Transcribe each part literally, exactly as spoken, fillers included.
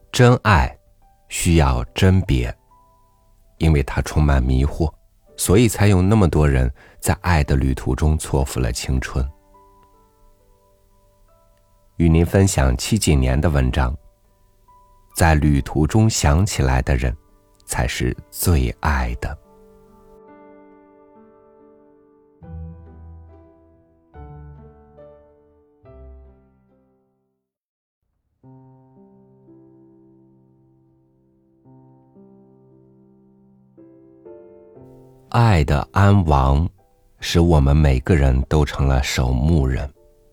真爱需要甄别，因为它充满迷惑，所以才有那么多人在爱的旅途中错付了青春。与您分享七几年的文章，在旅途中想起来的人才是最爱的。爱的安亡使我们每个人都成了守墓人。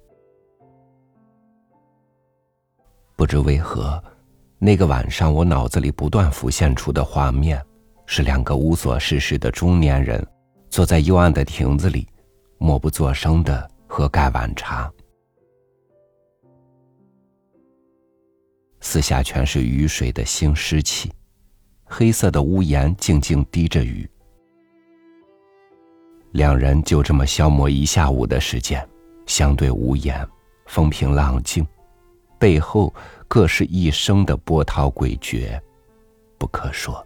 不知为何，那个晚上我脑子里不断浮现出的画面是两个无所事事的中年人坐在幽暗的亭子里，默不作声地喝盖碗茶，四下全是雨水的腥湿气，黑色的屋檐静静滴着雨。两人就这么消磨一下午的时间，相对无言，风平浪静，背后各是一生的波涛诡谲，不可说。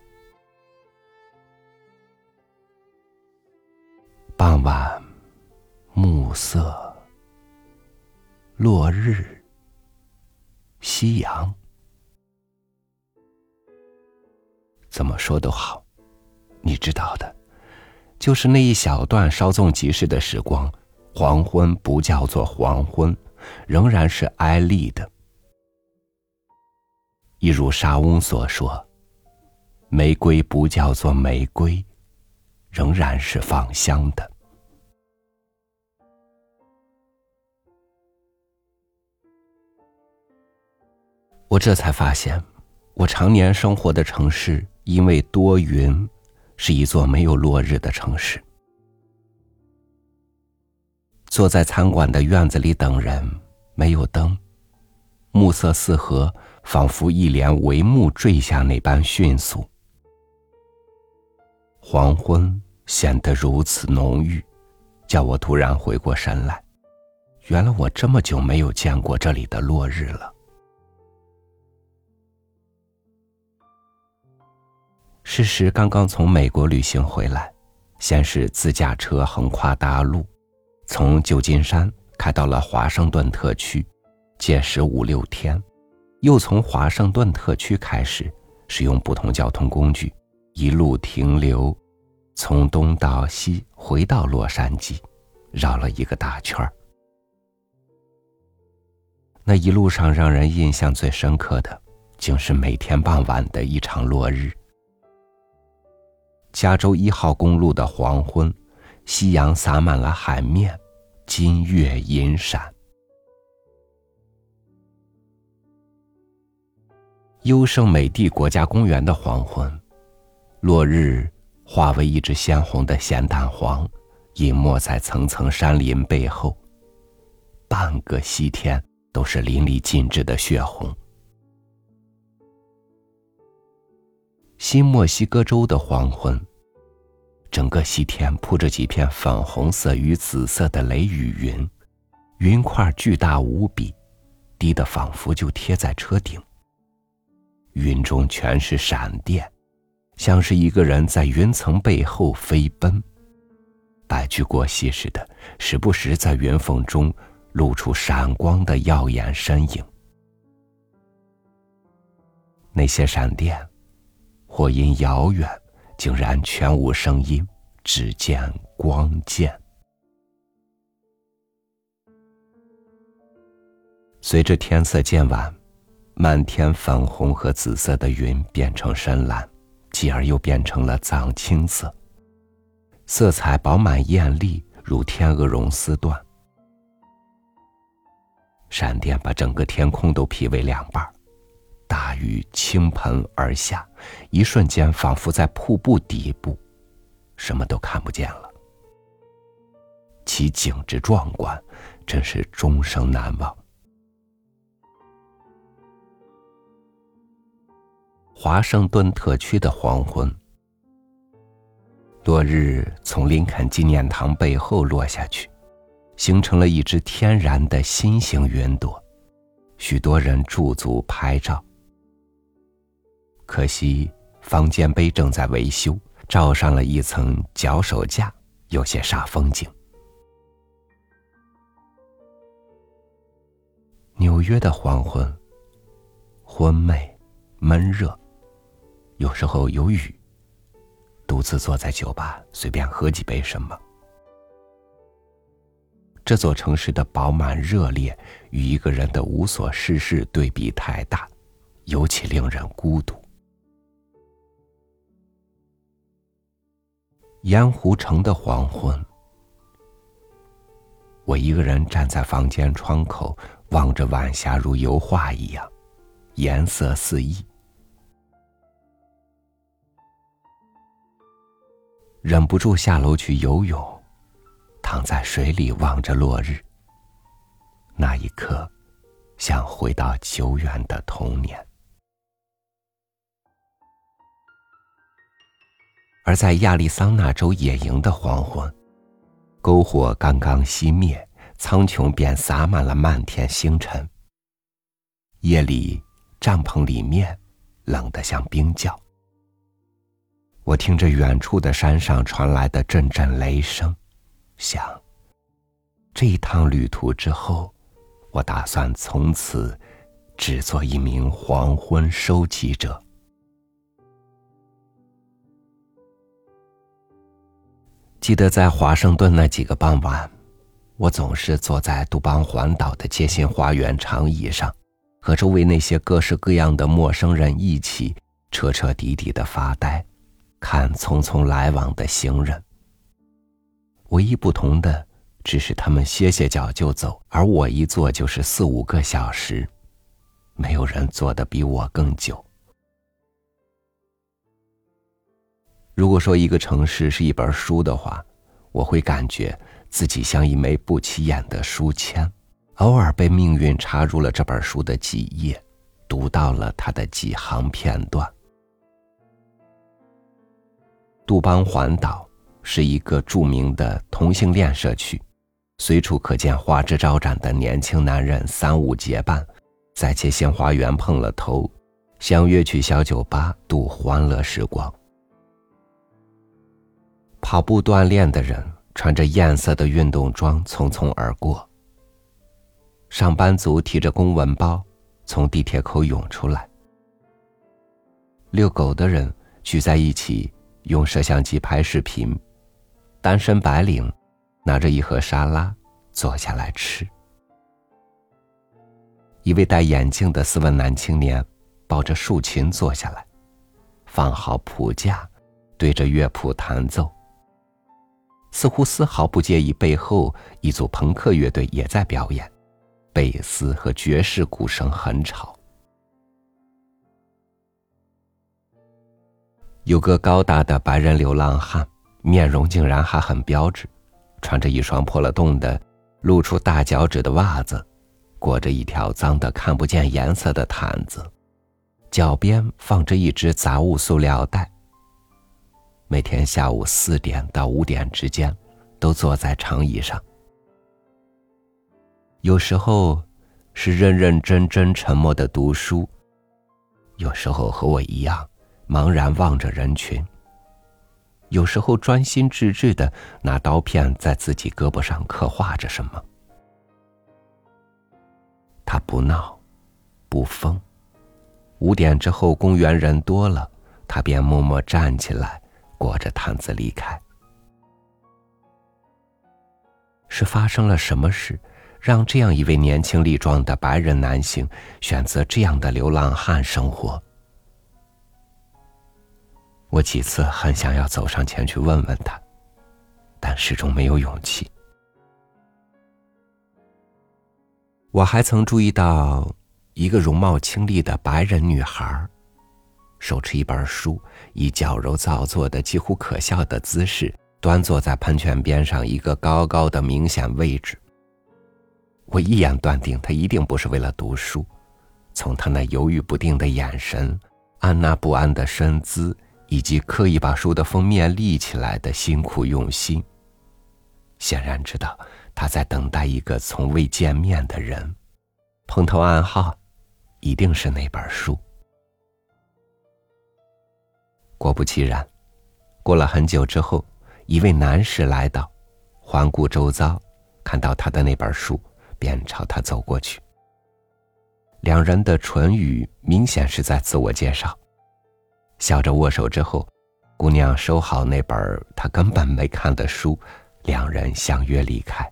傍晚，暮色，落日，夕阳，怎么说都好，你知道的，就是那一小段稍纵即逝的时光，黄昏不叫做黄昏，仍然是哀丽的。一如莎翁所说，玫瑰不叫做玫瑰，仍然是芳香的。我这才发现，我常年生活的城市因为多云，是一座没有落日的城市。坐在餐馆的院子里等人，没有灯，暮色四合，仿佛一帘帷幕坠下那般迅速。黄昏显得如此浓郁，叫我突然回过神来，原来我这么久没有见过这里的落日了。诗诗刚刚从美国旅行回来，先是自驾车横跨大陆，从旧金山开到了华盛顿特区，届时五六天，又从华盛顿特区开始使用不同交通工具，一路停留，从东到西回到洛杉矶，绕了一个大圈儿。那一路上让人印象最深刻的，竟是每天傍晚的一场落日。加州一号公路的黄昏，夕阳洒满了海面，金月银闪。优胜美地国家公园的黄昏，落日化为一只鲜红的咸蛋黄，隐没在层层山林背后，半个西天都是淋漓尽致的血红。新墨西哥州的黄昏，整个西天铺着几片粉红色与紫色的雷雨云，云块巨大无比，低得仿佛就贴在车顶。云中全是闪电，像是一个人在云层背后飞奔，白驹过隙似的，时不时在云缝中露出闪光的耀眼身影。那些闪电或因遥远，竟然全无声音，只见光剑。随着天色渐晚，漫天粉红和紫色的云变成深蓝，继而又变成了藏青色，色彩饱满艳丽，如天鹅绒丝缎。闪电把整个天空都劈为两半，大雨倾盆而下，一瞬间仿佛在瀑布底部，什么都看不见了。其景之壮观，真是终生难忘。华盛顿特区的黄昏，落日从林肯纪念堂背后落下去，形成了一只天然的心形云朵，许多人驻足拍照。 可惜房间杯正在维修，罩上了一层脚手架，有些煞风景。纽约的黄昏，昏昧闷热，有时候有雨，独自坐在酒吧随便喝几杯什么。这座城市的饱满热烈与一个人的无所事事对比太大，尤其令人孤独。盐湖城的黄昏，我一个人站在房间窗口，望着晚霞如油画一样，颜色四溢。忍不住下楼去游泳，躺在水里望着落日，那一刻像回到久远的童年。而在亚利桑那州野营的黄昏，篝火刚刚熄灭，苍穹便洒满了漫天星辰。夜里帐篷里面冷得像冰窖，我听着远处的山上传来的阵阵雷声，想这一趟旅途之后，我打算从此只做一名黄昏收集者。记得在华盛顿那几个傍晚，我总是坐在杜邦环岛的街心花园长椅上，和周围那些各式各样的陌生人一起彻彻底底的发呆，看匆匆来往的行人。唯一不同的只是他们歇歇脚就走，而我一坐就是四五个小时，没有人坐得比我更久。如果说一个城市是一本书的话，我会感觉自己像一枚不起眼的书签，偶尔被命运插入了这本书的几页，读到了它的几行片段。杜邦环岛是一个著名的同性恋社区，随处可见花枝招展的年轻男人三五结伴，在街心花园碰了头，相约去小酒吧度欢乐时光。跑步锻炼的人穿着艳色的运动装匆匆而过，上班族提着公文包从地铁口涌出来，遛狗的人聚在一起用摄像机拍视频，单身白领拿着一盒沙拉坐下来吃。一位戴眼镜的斯文男青年抱着竖琴坐下来，放好谱架，对着乐谱弹奏，似乎丝毫不介意背后一组朋克乐队也在表演，贝斯和爵士鼓声很吵。有个高大的白人流浪汉，面容竟然还很标致，穿着一双破了洞的露出大脚趾的袜子，裹着一条脏得看不见颜色的毯子，脚边放着一只杂物塑料袋。每天下午四点到五点之间都坐在长椅上，有时候是认认真真沉默地读书，有时候和我一样茫然望着人群，有时候专心致志地拿刀片在自己胳膊上刻画着什么。他不闹不疯，五点之后公园人多了，他便默默站起来，裹着毯子离开。是发生了什么事，让这样一位年轻力壮的白人男性选择这样的流浪汉生活？我几次很想要走上前去问问他，但始终没有勇气。我还曾注意到一个容貌清丽的白人女孩，手持一本书，以矫揉造作的几乎可笑的姿势端坐在喷泉边上一个高高的明显位置。我一眼断定她一定不是为了读书，从她那犹豫不定的眼神、按捺不安的身姿，以及刻意把书的封面立起来的辛苦用心，显然知道她在等待一个从未见面的人，碰头暗号一定是那本书。 果不其然，过了很久之后，一位男士来到，环顾周遭，看到他的那本书，便朝他走过去。两人的唇语明显是在自我介绍，笑着握手之后，姑娘收好那本她根本没看的书，两人相约离开。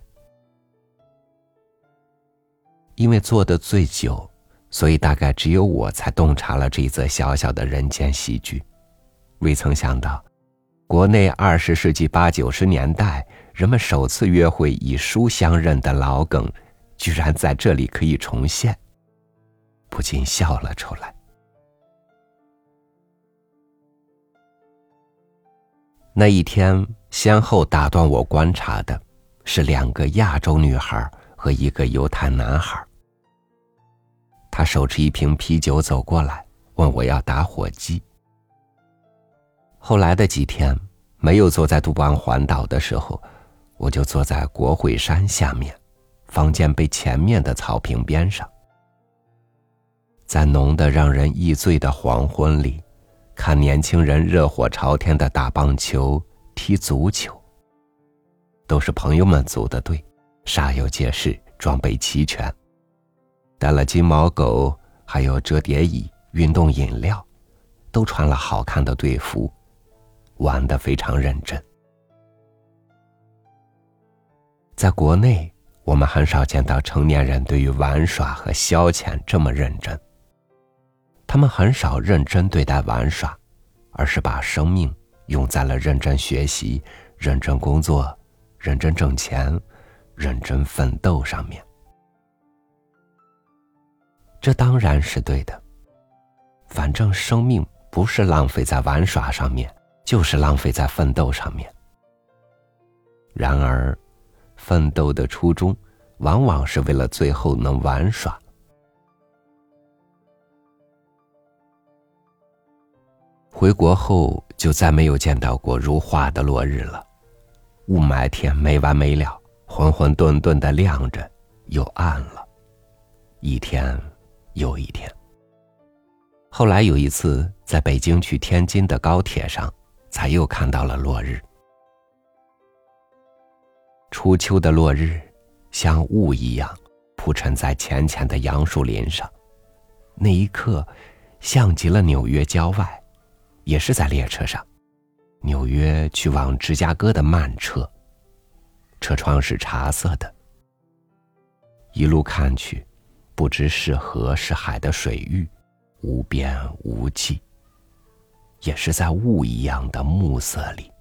因为坐得最久，所以大概只有我才洞察了这一则小小的人间喜剧。未曾想到，国内二十世纪八九十年代人们首次约会以书相认的老梗，居然在这里可以重现，不禁笑了出来。那一天，先后打断我观察的是两个亚洲女孩和一个犹太男孩。他手持一瓶啤酒走过来，问我要打火机。后来的几天，没有坐在杜邦环岛的时候，我就坐在国会山下面，房间被前面的草坪边上。在浓得让人易醉的黄昏里，看年轻人热火朝天的打棒球、踢足球。都是朋友们组的队，煞有介事，装备齐全，带了金毛狗，还有折叠椅、运动饮料，都穿了好看的队服，玩得非常认真。在国内，我们很少见到成年人对于玩耍和消遣这么认真。他们很少认真对待玩耍，而是把生命用在了认真学习、认真工作、认真挣钱、认真奋斗上面。这当然是对的，反正生命不是浪费在玩耍上面，就是浪费在奋斗上面。然而，奋斗的初衷往往是为了最后能玩耍。回国后就再没有见到过如画的落日了，雾霾天没完没了，浑浑沌沌地亮着，又暗了，一天又一天。后来有一次在北京去天津的高铁上，才又看到了落日。初秋的落日像雾一样铺陈在浅浅的杨树林上，那一刻像极了纽约郊外，也是在列车上，纽约去往芝加哥的慢车，车窗是茶色的，一路看去，不知是河是海的水域，无边无际，也是在雾一样的暮色里。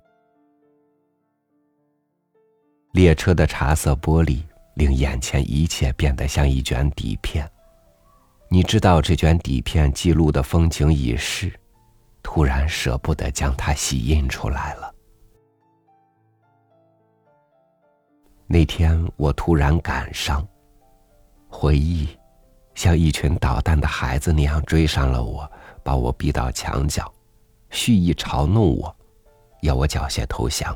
列车的茶色玻璃令眼前一切变得像一卷底片，你知道这卷底片记录的风景已逝，突然舍不得将它洗印出来了。那天我突然感伤，回忆像一群捣蛋的孩子那样追上了我，把我逼到墙角，蓄意嘲弄我，要我缴械投降。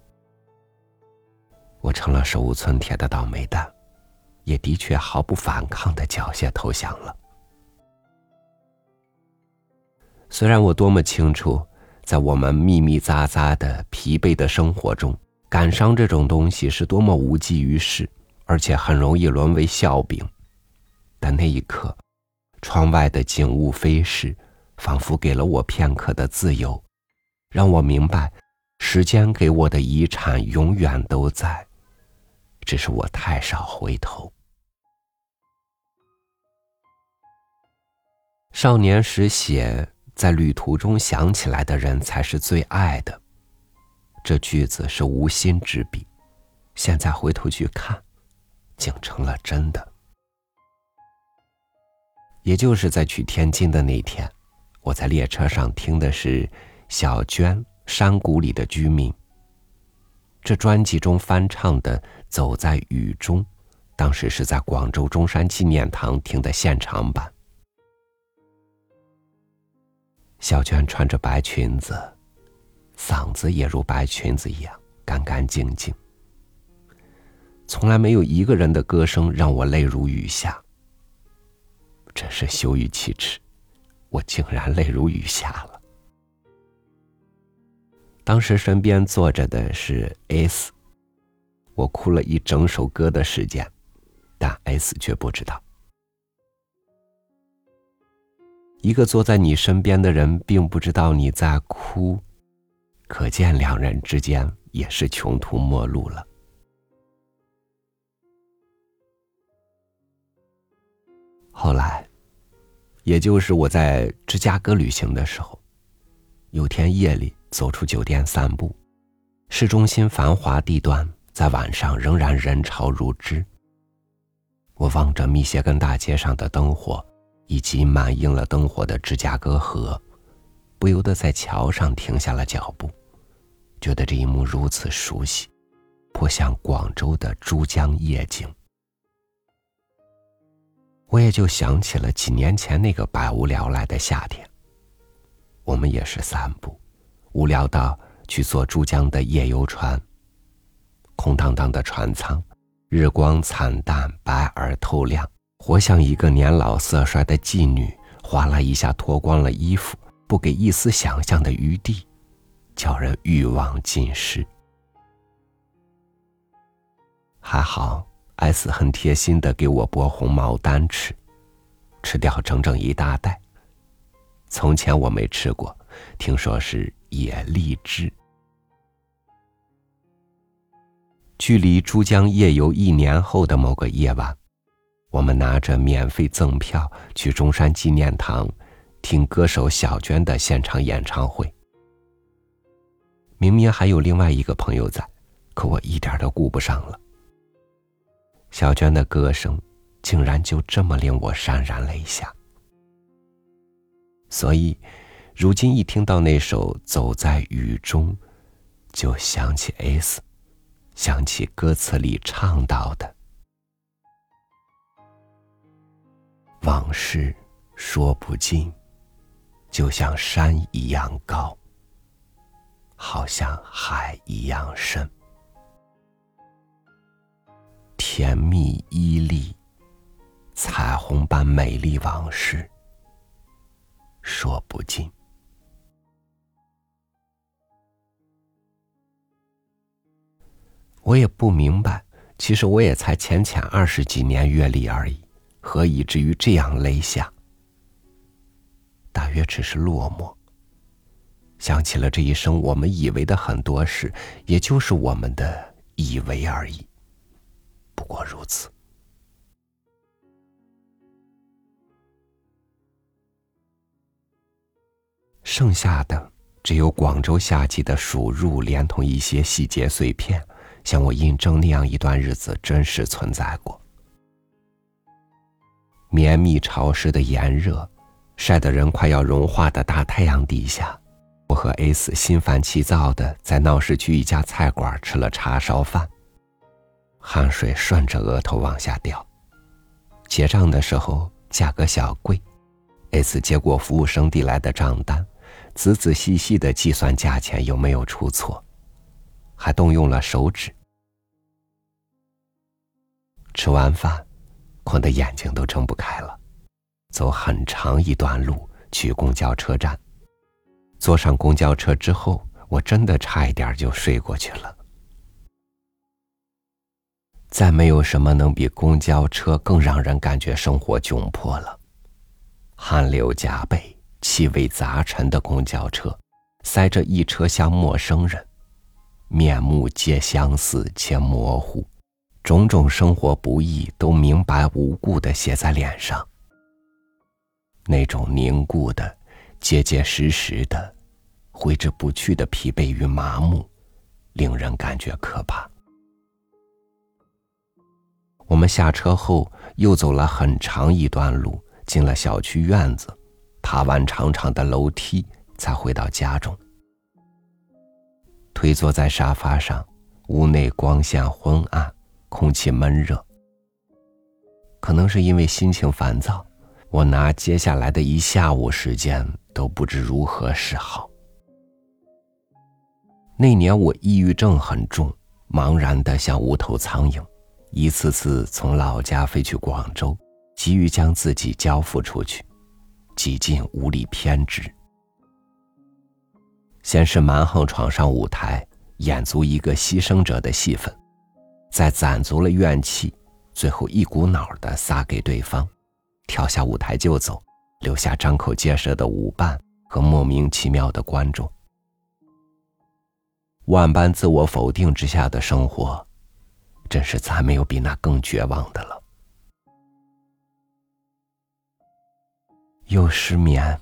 我成了手无寸铁的倒霉蛋，也的确毫不反抗地缴械投降了。虽然我多么清楚，在我们密密匝匝的疲惫的生活中，感伤这种东西是多么无济于事，而且很容易沦为笑柄，但那一刻，窗外的景物飞逝，仿佛给了我片刻的自由，让我明白，时间给我的遗产永远都在，只是我太少回头。少年时写，在旅途中想起来的人才是最爱的，这句子是无心之笔，现在回头去看，竟成了真的。也就是在去天津的那天，我在列车上听的是小娟《山谷里的居民》，这专辑中翻唱的《走在雨中》，当时是在广州中山纪念堂听的现场版。小娟穿着白裙子，嗓子也如白裙子一样干干净净，从来没有一个人的歌声让我泪如雨下。真是羞于启齿，我竟然泪如雨下了。 当时身边坐着的是 S， 我哭了一整首歌的时间，但 S 却不知道。一个坐在你身边的人并不知道你在哭，可见两人之间也是穷途末路了。后来，也就是我在芝加哥旅行的时候，有天夜里走出酒店散步，市中心繁华地段在晚上仍然人潮如织。我望着密歇根大街上的灯火，以及满映了灯火的芝加哥河，不由得在桥上停下了脚步，觉得这一幕如此熟悉，颇像广州的珠江夜景。我也就想起了几年前那个百无聊赖的夏天，我们也是散步，无聊到去坐珠江的夜游船。空荡荡的船舱，日光惨淡，白而透亮，活像一个年老色衰的妓女，哗啦一下脱光了衣服，不给一丝想象的余地，叫人欲望尽失。还好S 很贴心地给我剥红毛丹吃，吃掉整整一大袋。从前我没吃过，听说是野荔枝。距离珠江夜游一年后的某个夜晚，我们拿着免费赠票去中山纪念堂听歌手小娟的现场演唱会。明明还有另外一个朋友在，可我一点都顾不上了。小娟的歌声竟然就这么令我潸然泪下。所以如今一听到那首《走在雨中》，就想起 S， 想起歌词里唱到的往事说不尽，就像山一样高，好像海一样深，甜蜜依丽，彩虹般美丽往事说不尽。我也不明白，其实我也才浅浅二十几年阅历而已，何以至于这样泪下？大约只是落寞，想起了这一生我们以为的很多事，也就是我们的以为而已，不过如此。剩下的只有广州夏季的暑入，连同一些细节碎片，向我印证那样一段日子真实存在过。绵密潮湿的炎热，晒得人快要融化的大太阳底下，我和 S 心烦气躁地在闹市区一家菜馆吃了叉烧饭，汗水顺着额头往下掉。结账的时候价格小贵， S 接过服务生递来的账单，仔仔细细地计算价钱有没有出错，还动用了手指。吃完饭困得眼睛都睁不开了，走很长一段路去公交车站。坐上公交车之后，我真的差一点就睡过去了。再没有什么能比公交车更让人感觉生活窘迫了。汗流浃背，气味杂陈的公交车，塞着一车厢陌生人，面目皆相似且模糊，种种生活不易都明白无故地写在脸上。那种凝固的、结结实实的、挥之不去的疲惫与麻木，令人感觉可怕。我们下车后又走了很长一段路，进了小区院子，爬完长长的楼梯，才回到家中。推坐在沙发上，屋内光线昏暗，空气闷热。可能是因为心情烦躁，我拿接下来的一下午时间都不知如何是好。那年我抑郁症很重，茫然地像无头苍蝇，一次次从老家飞去广州，急于将自己交付出去，几近无理偏执。 先是蛮横闯上舞台，演足一个牺牲者的戏份，再攒足了怨气，最后一股脑地撒给对方，跳下舞台就走，留下张口结舌的舞伴和莫名其妙的观众。万般自我否定之下的生活，真是再没有比那更绝望的了。又失眠，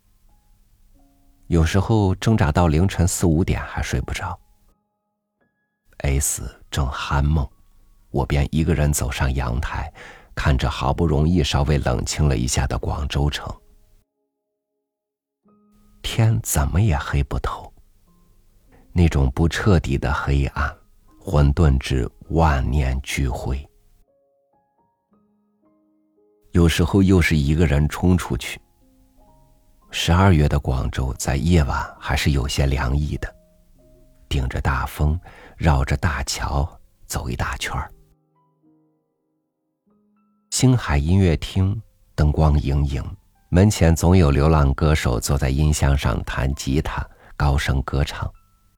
有时候挣扎到凌晨四五点还睡不着。S 正酣梦，我便一个人走上阳台，看着好不容易稍微冷清了一下的广州城。天怎么也黑不透，那种不彻底的黑暗，混沌至万念俱灰。有时候又是一个人冲出去。十二月的广州在夜晚还是有些凉意的，顶着大风，绕着大桥走一大圈。星海音乐厅灯光盈盈，门前总有流浪歌手坐在音箱上弹吉他，高声歌唱。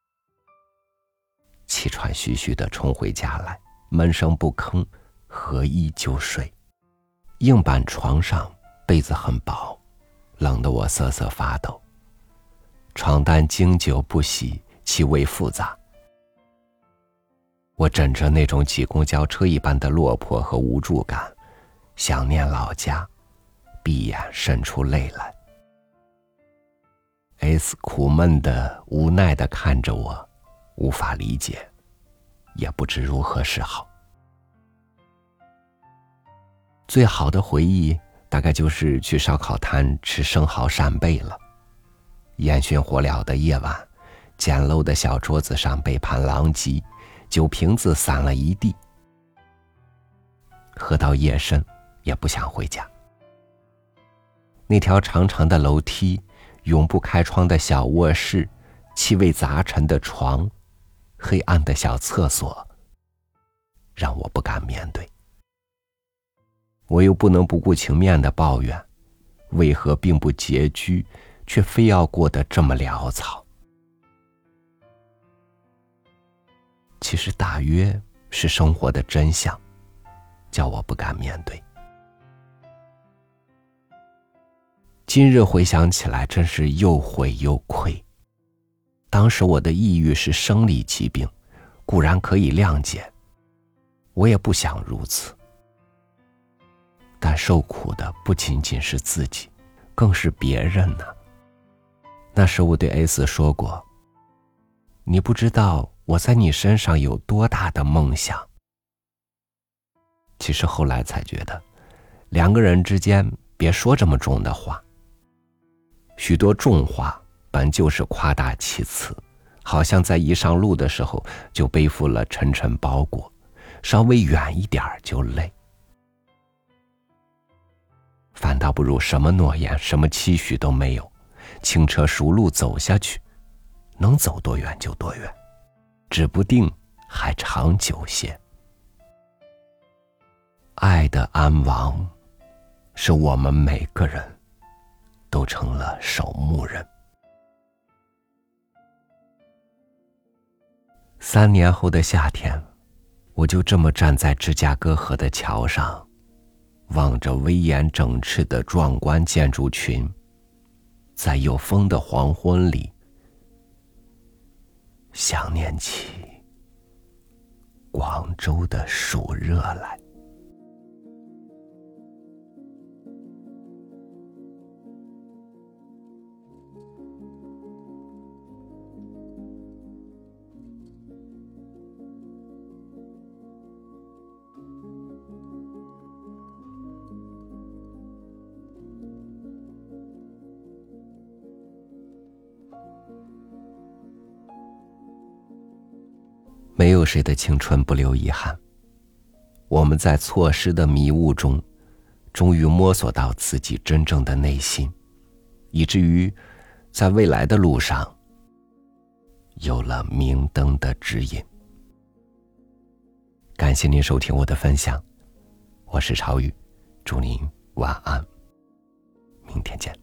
气喘吁吁地冲回家来，闷声不吭，合衣就睡。硬板床上被子很薄，冷得我瑟瑟发抖。床单经久不洗，气味复杂。我枕着那种挤公交车一般的落魄和无助感，想念老家，闭眼渗出泪来。S 苦闷的无奈地看着我，无法理解，也不知如何是好。最好的回忆大概就是去烧烤摊吃生蚝扇贝了。烟熏火燎的夜晚，简陋的小桌子上杯盘狼藉，酒瓶子散了一地。喝到夜深，也不想回家。那条长长的楼梯，永不开窗的小卧室，气味杂陈的床，黑暗的小厕所，让我不敢面对。我又不能不顾情面地抱怨，为何并不拮据，却非要过得这么潦草。其实大约是生活的真相，叫我不敢面对。今日回想起来，真是又悔又愧。当时我的抑郁是生理疾病，固然可以谅解，我也不想如此。但受苦的不仅仅是自己，更是别人呢。那时我对 S 说过，你不知道我在你身上有多大的梦想。其实后来才觉得，两个人之间别说这么重的话。许多重话本就是夸大其词，好像在一上路的时候就背负了沉沉包裹，稍微远一点就累。反倒不如什么诺言什么期许都没有，轻车熟路走下去，能走多远就多远，指不定还长久些。爱的安亡，是我们每个人都成了守墓人。三年后的夏天，我就这么站在芝加哥河的桥上，望着威严整饬的壮观建筑群，在有风的黄昏里，想念起广州的暑热来。没有谁的青春不留遗憾，我们在错失的迷雾中，终于摸索到自己真正的内心，以至于在未来的路上有了明灯的指引。感谢您收听我的分享，我是朝雨，祝您晚安，明天见。